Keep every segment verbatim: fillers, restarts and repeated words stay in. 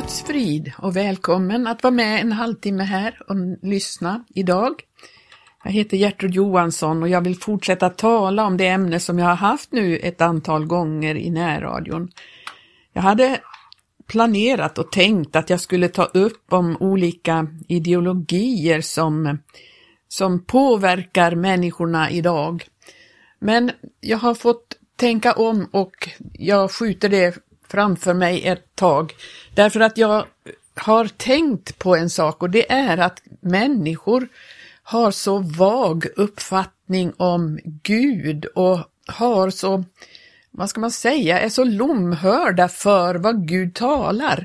Guds frid och välkommen att vara med en halvtimme här och lyssna idag. Jag heter Gertrud Johansson och jag vill fortsätta tala om det ämne som jag har haft nu ett antal gånger i närradion. Jag hade planerat och tänkt att jag skulle ta upp om olika ideologier som, som påverkar människorna idag. Men jag har fått tänka om och jag skjuter det framför mig ett tag. Därför att jag har tänkt på en sak, och det är att människor har så vag uppfattning om Gud och har så, vad ska man säga, är så lomhörda för vad Gud talar.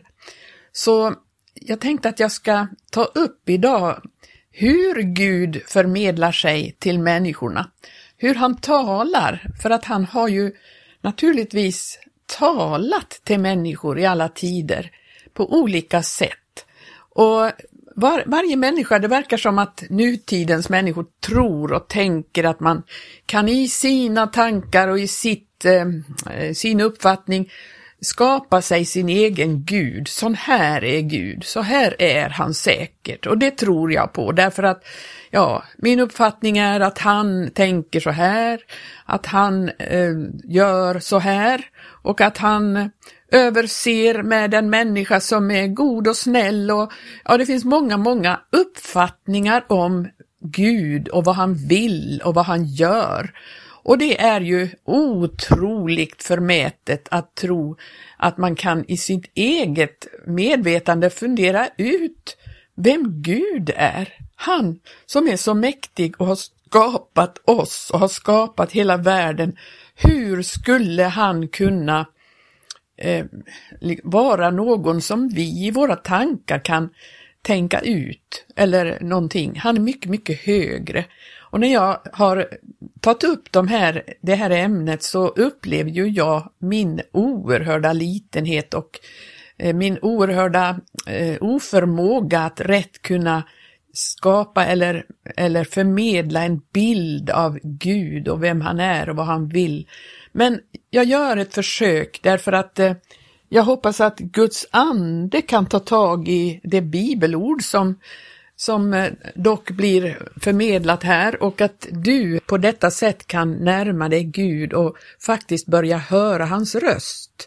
Så jag tänkte att jag ska ta upp idag hur Gud förmedlar sig till människorna. Hur han talar, för att han har ju naturligtvis talat till människor i alla tider på olika sätt. Och var, varje människa, det verkar som att nutidens människor tror och tänker att man kan i sina tankar och i sitt, eh, sin uppfattning skapa sig sin egen Gud. Sån här är Gud, så här är han säkert. Och det tror jag på, därför att ja, min uppfattning är att han tänker så här, att han eh, gör så här och att han överser med en människa som är god och snäll. Och ja, det finns många, många uppfattningar om Gud och vad han vill och vad han gör. Och det är ju otroligt förmätet att tro att man kan i sitt eget medvetande fundera ut vem Gud är. Han som är så mäktig och har skapat oss och har skapat hela världen. Hur skulle han kunna eh, vara någon som vi i våra tankar kan tänka ut eller någonting? Han är mycket, mycket högre. Och när jag har tagit upp de här, det här ämnet så upplever ju jag min oerhörda litenhet och eh, min oerhörda eh, oförmåga att rätt kunna skapa eller, eller förmedla en bild av Gud och vem han är och vad han vill. Men jag gör ett försök därför att eh, jag hoppas att Guds ande kan ta tag i det bibelord som som dock blir förmedlat här, och att du på detta sätt kan närma dig Gud och faktiskt börja höra hans röst.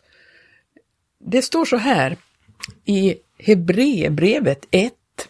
Det står så här i Hebreerbrevet ett.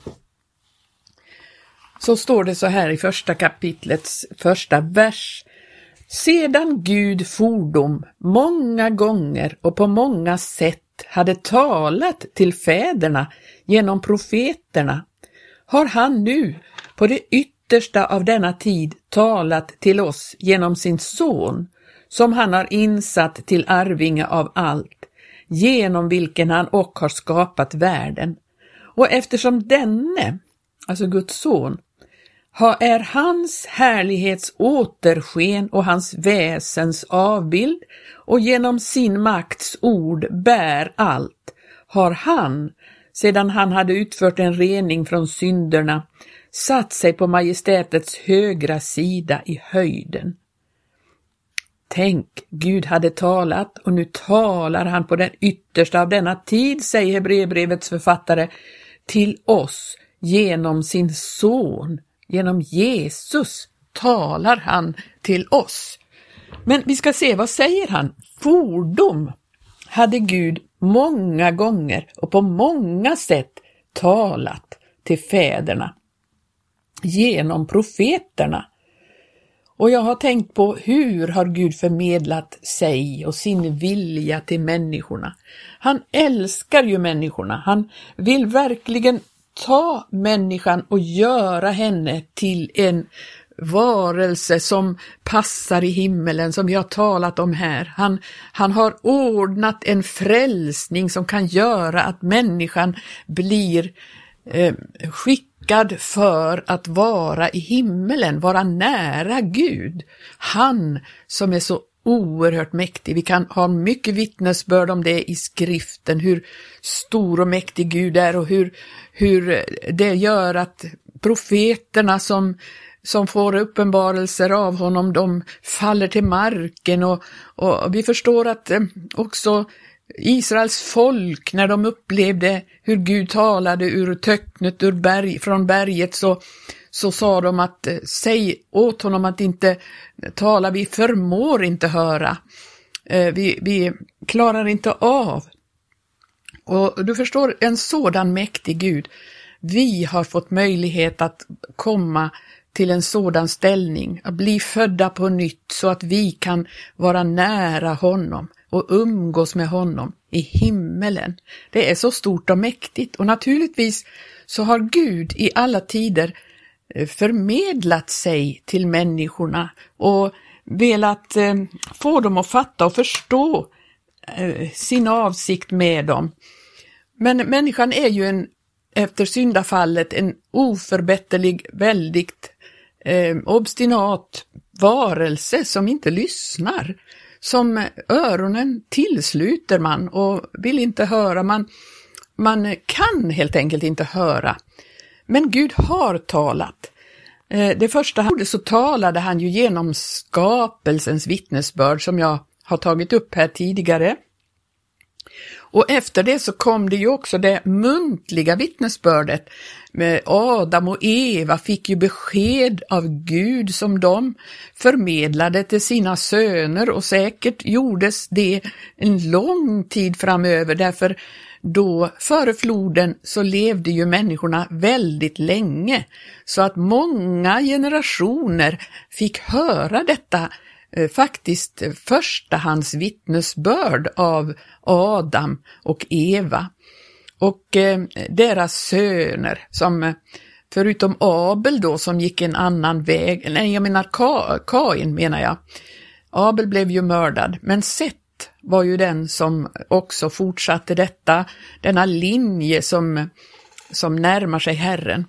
Så står det så här i första kapitlets första vers. Sedan Gud fordom många gånger och på många sätt hade talat till fäderna genom profeterna, har han nu på det yttersta av denna tid talat till oss genom sin son, som han har insatt till arvinge av allt, genom vilken han och har skapat världen. Och eftersom denne, alltså Guds son, har är hans härlighets återsken och hans väsens avbild och genom sin makts ord bär allt, har han, sedan han hade utfört en rening från synderna, satt sig på majestätets högra sida i höjden. Tänk, Gud hade talat och nu talar han på den yttersta av denna tid, säger Hebreerbrevets författare, till oss genom sin son. Genom Jesus talar han till oss. Men vi ska se, vad säger han? Fordom hade Gud många gånger och på många sätt talat till fäderna genom profeterna. Och jag har tänkt på hur har Gud förmedlat sig och sin vilja till människorna. Han älskar ju människorna. Han vill verkligen ta människan och göra henne till en varelse som passar i himmelen, som vi har talat om här. Han, han har ordnat en frälsning som kan göra att människan blir eh, skickad för att vara i himmelen, vara nära Gud. Han som är så oerhört mäktig. Vi kan ha mycket vittnesbörd om det i skriften, hur stor och mäktig Gud är och hur, hur det gör att profeterna som som får uppenbarelser av honom, de faller till marken, och, och vi förstår att eh, också Israels folk, när de upplevde hur Gud talade ur töcknet, ur berg, från berget, så, så sa de att säg åt honom att inte tala, vi förmår inte höra. Vi, vi klarar inte av. Och du förstår, en sådan mäktig Gud, vi har fått möjlighet att komma till en sådan ställning, att bli födda på nytt så att vi kan vara nära honom och umgås med honom i himmelen. Det är så stort och mäktigt, och naturligtvis så har Gud i alla tider förmedlat sig till människorna och velat eh, få dem att fatta och förstå eh, sin avsikt med dem. Men människan är ju en, efter syndafallet, en oförbätterlig, väldigt eh, obstinat varelse som inte lyssnar. Som öronen tillsluter man och vill inte höra. Man, man kan helt enkelt inte höra. Men Gud har talat. Det första han gjorde så talade han ju genom skapelsens vittnesbörd som jag har tagit upp här tidigare. Och efter det så kom det ju också det muntliga vittnesbördet. Med Adam och Eva fick ju besked av Gud som de förmedlade till sina söner, och säkert gjordes det en lång tid framöver, därför då före floden så levde ju människorna väldigt länge, så att många generationer fick höra detta eh, faktiskt förstahands vittnesbörd av Adam och Eva och eh, deras söner, som förutom Abel då som gick en annan väg, nej jag menar Ka- Kain menar jag, Abel blev ju mördad, men Set var ju den som också fortsatte detta, denna linje som, som närmar sig Herren.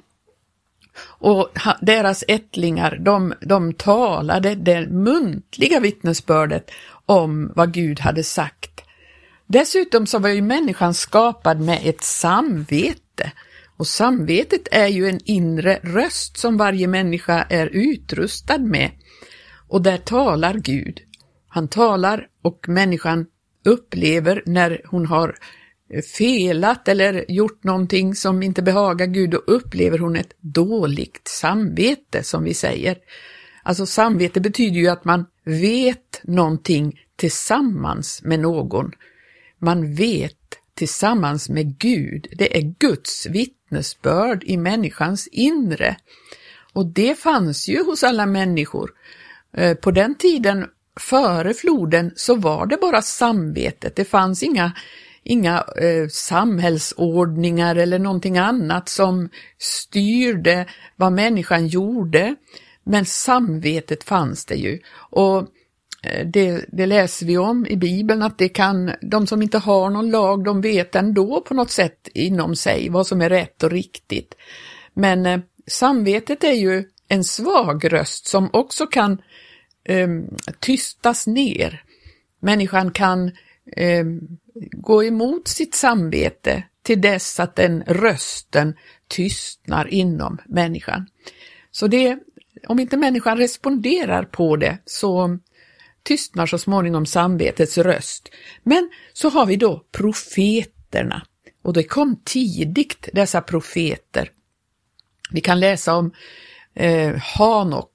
Och deras ättlingar, de, de talade det muntliga vittnesbördet om vad Gud hade sagt. Dessutom så var ju människan skapad med ett samvete. Och samvetet är ju en inre röst som varje människa är utrustad med. Och där talar Gud. Han talar och människan upplever när hon har felat eller gjort någonting som inte behagar Gud, och upplever hon ett dåligt samvete som vi säger. Alltså samvete betyder ju att man vet någonting tillsammans med någon. Man vet tillsammans med Gud. Det är Guds vittnesbörd i människans inre. Och det fanns ju hos alla människor. På den tiden före floden så var det bara samvetet. Det fanns inga, inga eh, samhällsordningar eller någonting annat som styrde vad människan gjorde. Men samvetet fanns det ju. Och eh, det, det läser vi om i Bibeln, att det kan, de som inte har någon lag, de vet ändå på något sätt inom sig vad som är rätt och riktigt. Men eh, samvetet är ju en svag röst som också kan Um, tystas ner. Människan kan um, gå emot sitt samvete till dess att den rösten tystnar inom människan. Så det, om inte människan responderar på det, så tystnar så småningom samvetets röst. Men så har vi då profeterna, och det kom tidigt dessa profeter. Vi kan läsa om eh, Hanok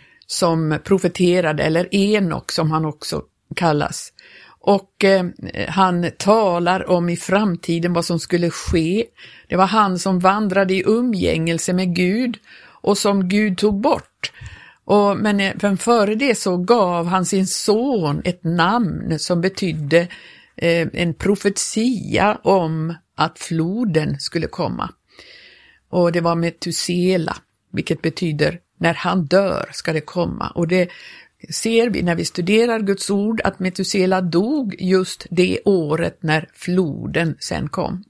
som profeterade, eller Enok som han också kallas. Och eh, han talar om i framtiden vad som skulle ske. Det var han som vandrade i umgängelse med Gud och som Gud tog bort. Och, men, men före det så gav han sin son ett namn som betydde eh, en profetia om att floden skulle komma. Och det var Metusela, vilket betyder när han dör ska det komma. Och det ser vi när vi studerar Guds ord, att Metusela dog just det året när floden sen kom.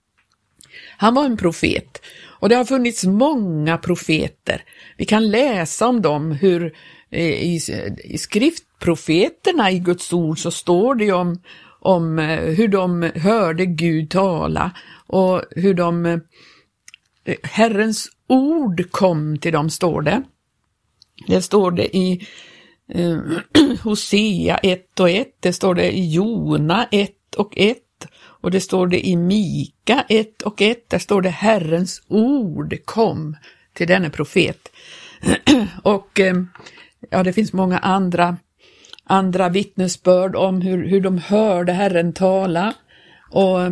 Han var en profet, och det har funnits många profeter. Vi kan läsa om dem, hur i, i skriftprofeterna i Guds ord så står det om, om hur de hörde Gud tala och hur de Herrens ord kom till dem, står det. Det står det i eh, Hosea ett och ett, det står det i Jona ett ett och ett, och det står det i Mika ett och ett, där står det Herrens ord kom till denne profet. Och ja, det finns många andra andra vittnesbörd om hur, hur de hörde Herren tala. Och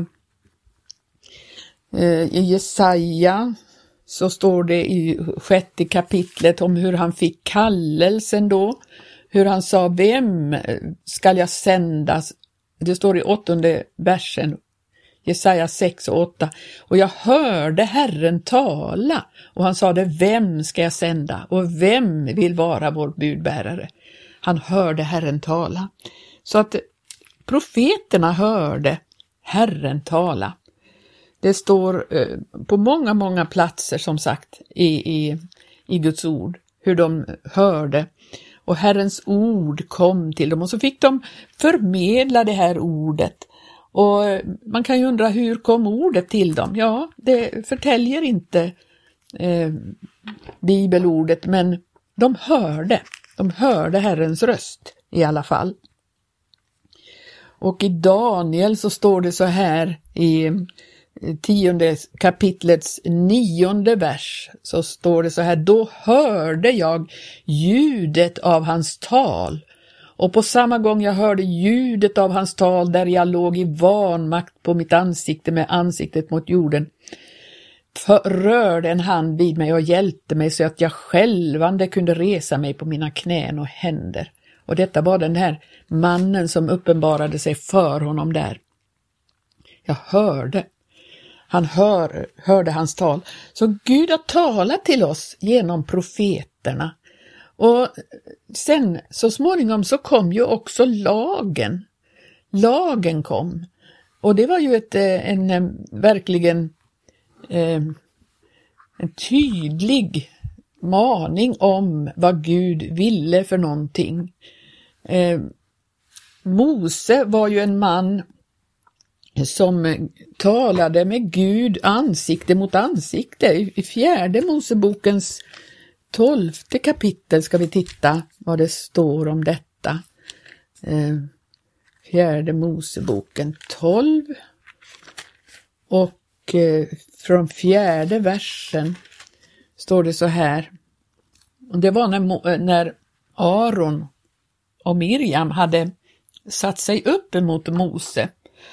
eh, i Jesaja så står det i sjätte kapitlet om hur han fick kallelsen då. Hur han sa, vem ska jag sända? Det står i åttonde versen, Jesaja sex och åtta. Och jag hörde Herren tala, och han sa det, vem ska jag sända? Och vem vill vara vår budbärare? Han hörde Herren tala. Så att profeterna hörde Herren tala. Det står eh, på många, många platser som sagt i, i, i Guds ord hur de hörde. Och Herrens ord kom till dem, och så fick de förmedla det här ordet. Och man kan ju undra, hur kom ordet till dem? Ja, det förtäljer inte eh, bibelordet, men de hörde. De hörde Herrens röst i alla fall. Och i Daniel så står det så här i tionde kapitlets nionde vers, så står det så här: då hörde jag ljudet av hans tal, och på samma gång jag hörde ljudet av hans tal, där jag låg i vanmakt på mitt ansikte med ansiktet mot jorden, rörde en hand vid mig och hjälpte mig så att jag självande kunde resa mig på mina knän och händer. Och detta var den här mannen som uppenbarade sig för honom där. Jag hörde. Han hör, hörde hans tal. Så Gud har talat till oss genom profeterna. Och sen så småningom så kom ju också lagen. Lagen kom. Och det var ju ett, en, en verkligen eh, en tydlig maning om vad Gud ville för någonting. Eh, Mose var ju en man som talade med Gud ansikte mot ansikte. I fjärde Mosebokens tolfte kapitel ska vi titta vad det står om detta. Eh, fjärde Moseboken tolv, och eh, från fjärde versen står det så här. Det var när, när Aaron och Miriam hade satt sig upp emot Mose.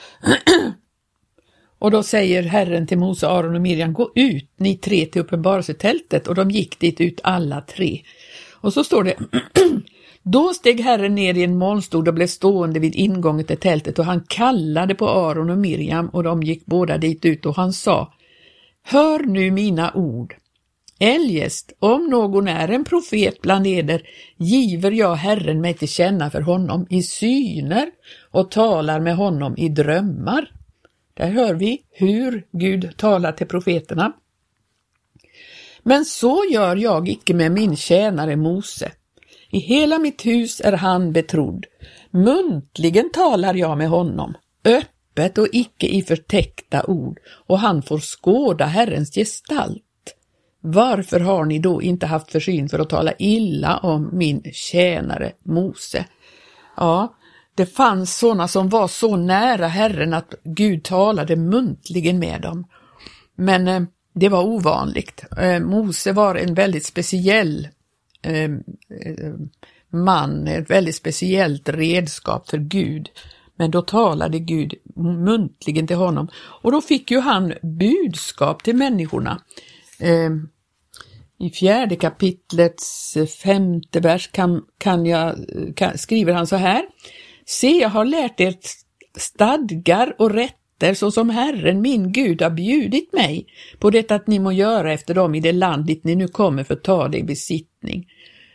Och då säger Herren till Mose, Aaron och Miriam: gå ut ni tre till uppenbarelsetältet. Och de gick dit ut alla tre. Och så står det: då steg Herren ner i en molnstol och blev stående vid ingången till tältet, och han kallade på Aaron och Miriam, och de gick båda dit ut, och han sa: hör nu mina ord. Eljest, om någon är en profet bland eder, giver jag Herren mig till känna för honom i syner och talar med honom i drömmar. Där hör vi hur Gud talar till profeterna. Men så gör jag icke med min tjänare Mose. I hela mitt hus är han betrodd. Muntligen talar jag med honom, öppet och icke i förtäckta ord, och han får skåda Herrens gestalt. Varför har ni då inte haft försyn för att tala illa om min tjänare Mose? Ja, det fanns sådana som var så nära Herren att Gud talade muntligen med dem. Men eh, det var ovanligt. Eh, Mose var en väldigt speciell eh, man, ett väldigt speciellt redskap för Gud. Men då talade Gud muntligen till honom. Och då fick ju han budskap till människorna. Eh, I fjärde kapitlets femte vers kan, kan jag, kan, skriver han så här: se, jag har lärt er stadgar och rätter så som Herren min Gud har bjudit mig på det att ni må göra efter dem i det land dit ni nu kommer för att ta det i besittning.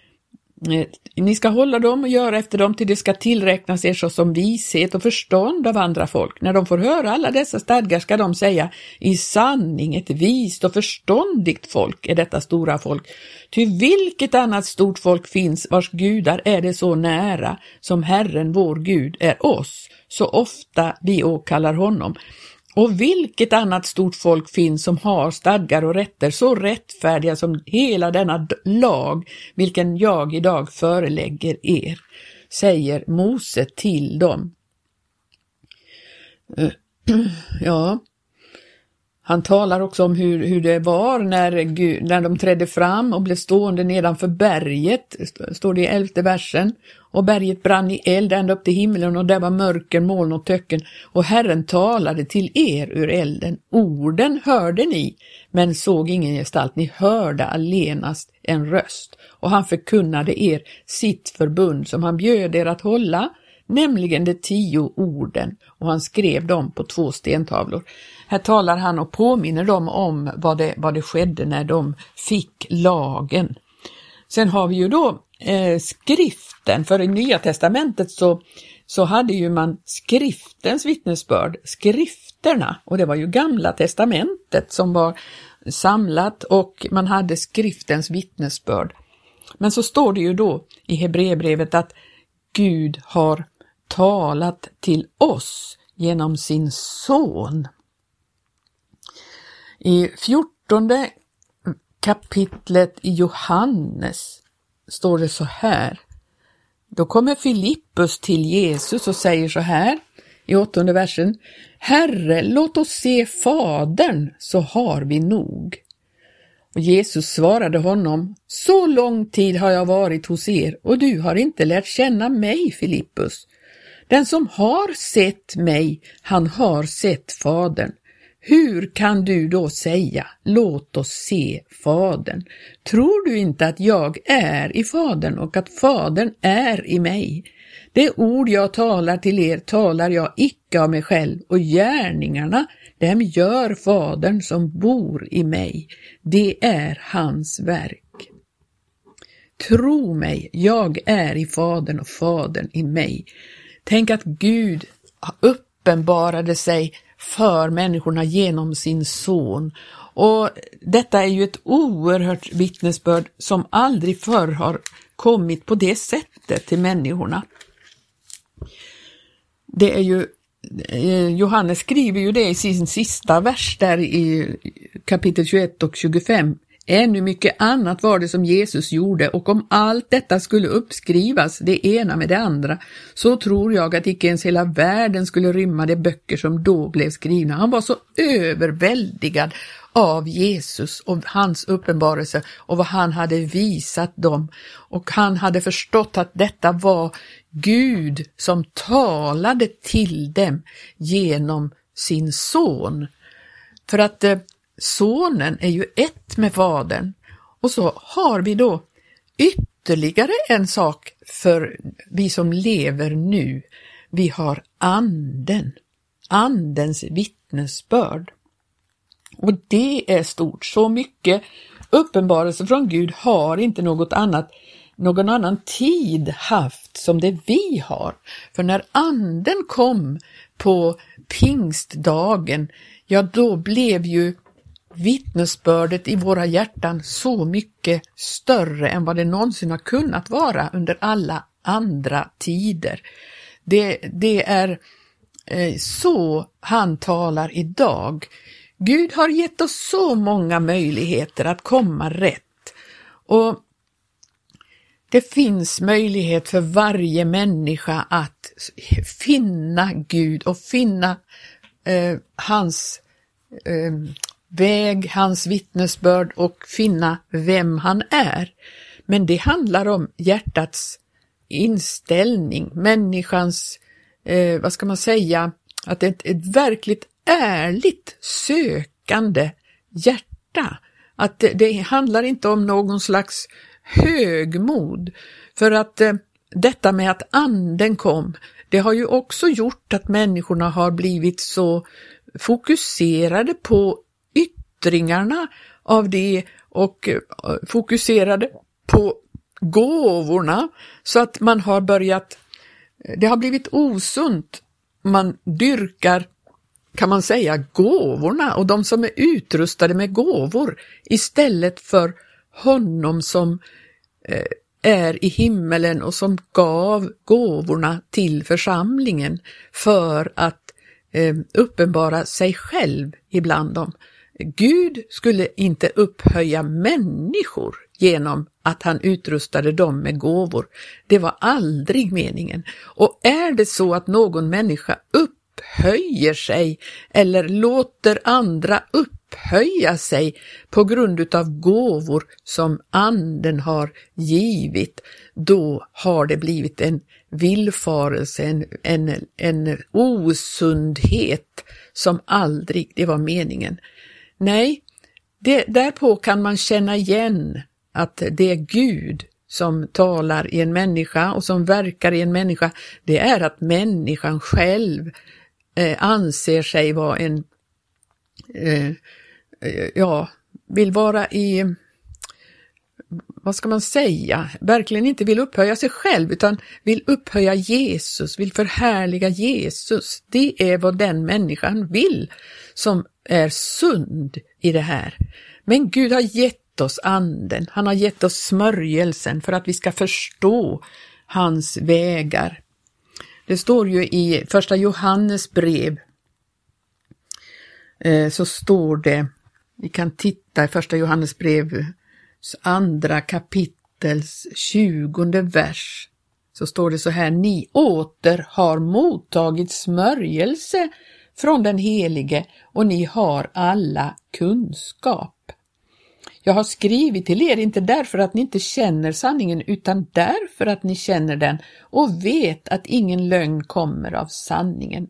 Ni ska hålla dem och göra efter dem till det ska tillräknas er så som vishet och förstånd av andra folk. När de får höra alla dessa stadgar ska de säga: i sanning ett vist och förståndigt folk är detta stora folk. Ty vilket annat stort folk finns vars gudar är det så nära som Herren vår Gud är oss, så ofta vi åkallar honom. Och vilket annat stort folk finns som har stadgar och rätter så rättfärdiga som hela denna lag, vilken jag idag förelägger er, säger Mose till dem. Ja, han talar också om hur, hur det var när, Gud, när de trädde fram och blev stående nedanför berget, står det i elfte versen. Och berget brann i eld ända upp till himlen och där var mörker, moln och töcken. Och Herren talade till er ur elden. Orden hörde ni, men såg ingen gestalt. Ni hörde allenast en röst. Och han förkunnade er sitt förbund som han bjöd er att hålla, nämligen de tio orden. Och han skrev dem på två stentavlor. Här talar han och påminner dem om vad det, vad det skedde när de fick lagen. Sen har vi ju då eh, skriften. För i Nya testamentet så, så hade ju man skriftens vittnesbörd, skrifterna. Och det var ju Gamla testamentet som var samlat och man hade skriftens vittnesbörd. Men så står det ju då i Hebreerbrevet att Gud har talat till oss genom sin son. I fjortonde kapitlet i Johannes står det så här. Då kommer Filippus till Jesus och säger så här i åttonde versen. Herre, låt oss se Fadern, så har vi nog. Och Jesus svarade honom, så lång tid har jag varit hos er och du har inte lärt känna mig, Filippus. Den som har sett mig, han har sett Fadern. Hur kan du då säga, låt oss se Fadern? Tror du inte att jag är i Fadern och att Fadern är i mig? Det ord jag talar till er talar jag icke av mig själv, och gärningarna, dem gör Fadern som bor i mig. Det är hans verk. Tro mig, jag är i Fadern och Fadern i mig. Tänk att Gud uppenbarade sig för människorna genom sin son. Och detta är ju ett oerhört vittnesbörd som aldrig förr har kommit på det sättet till människorna. Det är ju, Johannes skriver ju det i sin sista vers där i kapitel tjugoett och tjugofem. Ännu mycket annat var det som Jesus gjorde, och om allt detta skulle uppskrivas, det ena med det andra, så tror jag att icke ens hela världen skulle rymma de böcker som då blev skrivna. Han var så överväldigad av Jesus och hans uppenbarelse och vad han hade visat dem. Och han hade förstått att detta var Gud som talade till dem genom sin son. För att eh, sonen är ju ett med fadern. Och så har vi då ytterligare en sak för vi som lever nu. Vi har anden. Andens vittnesbörd. Och det är stort. Så mycket uppenbarelse från Gud har inte något annat, någon annan tid haft som det vi har. För när anden kom på pingstdagen, ja då blev ju vittnesbördet i våra hjärtan så mycket större än vad det någonsin har kunnat vara under alla andra tider. Det, det är eh, så han talar idag. Gud har gett oss så många möjligheter att komma rätt. Och det finns möjlighet för varje människa att finna Gud och finna eh, hans eh, väg, hans vittnesbörd och finna vem han är. Men det handlar om hjärtats inställning, människans, eh, vad ska man säga, att ett, ett verkligt ärligt sökande hjärta. Att det, det handlar inte om någon slags högmod. För att eh, detta med att anden kom, det har ju också gjort att människorna har blivit så fokuserade på yttringarna av det och eh, fokuserade på gåvorna, så att man har börjat, det har blivit osunt. Man dyrkar, kan man säga, gåvorna och de som är utrustade med gåvor istället för honom som eh, är i himmelen och som gav gåvorna till församlingen för att eh, uppenbara sig själv ibland dem. Gud skulle inte upphöja människor genom att han utrustade dem med gåvor. Det var aldrig meningen. Och är det så att någon människa upp upphöjer sig eller låter andra upphöja sig på grund utav gåvor som anden har givit, då har det blivit en villfarelse, en, en, en osundhet som aldrig det var meningen. Nej, det, därpå kan man känna igen att det är Gud som talar i en människa och som verkar i en människa. Det är att människan själv eh, anser sig vara en, eh, ja, vill vara i, vad ska man säga, verkligen inte vill upphöja sig själv utan vill upphöja Jesus, vill förhärliga Jesus. Det är vad den människan vill som är sund i det här. Men Gud har gett oss anden, han har gett oss smörjelsen för att vi ska förstå hans vägar. Det står ju i första Johannes brev, eh, så står det, vi kan titta i första Johannes brev andra kapitels tjugonde vers, så står det så här: ni åter har mottagit smörjelse från den helige och ni har alla kunskap. Jag har skrivit till er inte därför att ni inte känner sanningen utan därför att ni känner den och vet att ingen lögn kommer av sanningen.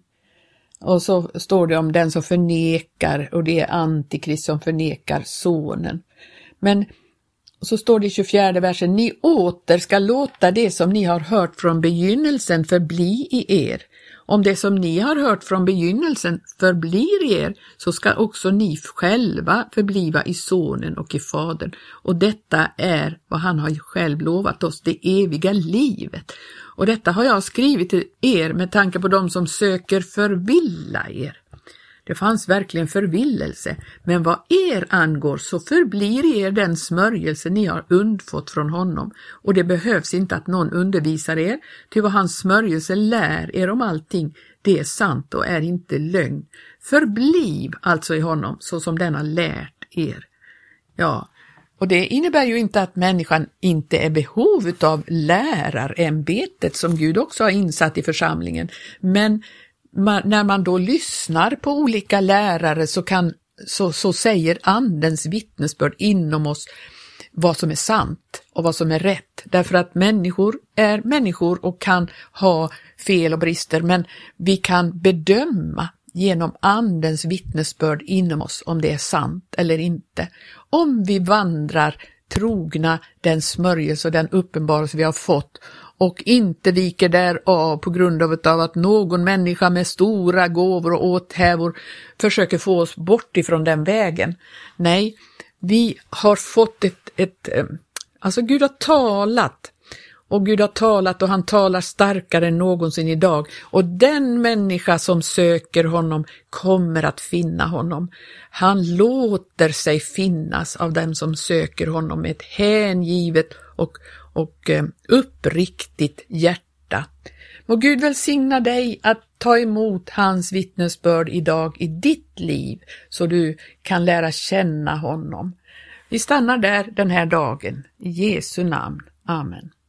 Och så står det om den som förnekar, och det är antikrist som förnekar sonen. Men så står det i tjugofjärde versen: ni åter ska låta det som ni har hört från begynnelsen förbli i er. Om det som ni har hört från begynnelsen förblir i er, så ska också ni själva förbliva i sonen och i fadern. Och detta är vad han har själv lovat oss, det eviga livet. Och detta har jag skrivit till er med tanke på dem som söker förvilla er. Det fanns verkligen förvillelse, men vad er angår så förblir er den smörjelse ni har undfått från honom. Och det behövs inte att någon undervisar er, ty vad hans smörjelse lär er om allting, det är sant och är inte lögn. Förbliv alltså i honom så som den har lärt er. Ja, och det innebär ju inte att människan inte är behov av lärarämbetet som Gud också har insatt i församlingen, men Man, när man då lyssnar på olika lärare så, kan, så, så säger andens vittnesbörd inom oss vad som är sant och vad som är rätt. Därför att människor är människor och kan ha fel och brister, men vi kan bedöma genom andens vittnesbörd inom oss om det är sant eller inte. Om vi vandrar trogna den smörjelse och den uppenbarelse vi har fått och inte viker därav på grund av att någon människa med stora gåvor och åthävor försöker få oss bort ifrån den vägen. Nej, vi har fått ett, ett alltså Gud har talat, och Gud har talat och han talar starkare än någonsin idag, och den människa som söker honom kommer att finna honom. Han låter sig finnas av dem som söker honom med ett hängivet och och uppriktigt hjärta. Må Gud välsigna dig att ta emot hans vittnesbörd idag i ditt liv så du kan lära känna honom. Vi stannar där den här dagen. I Jesu namn. Amen.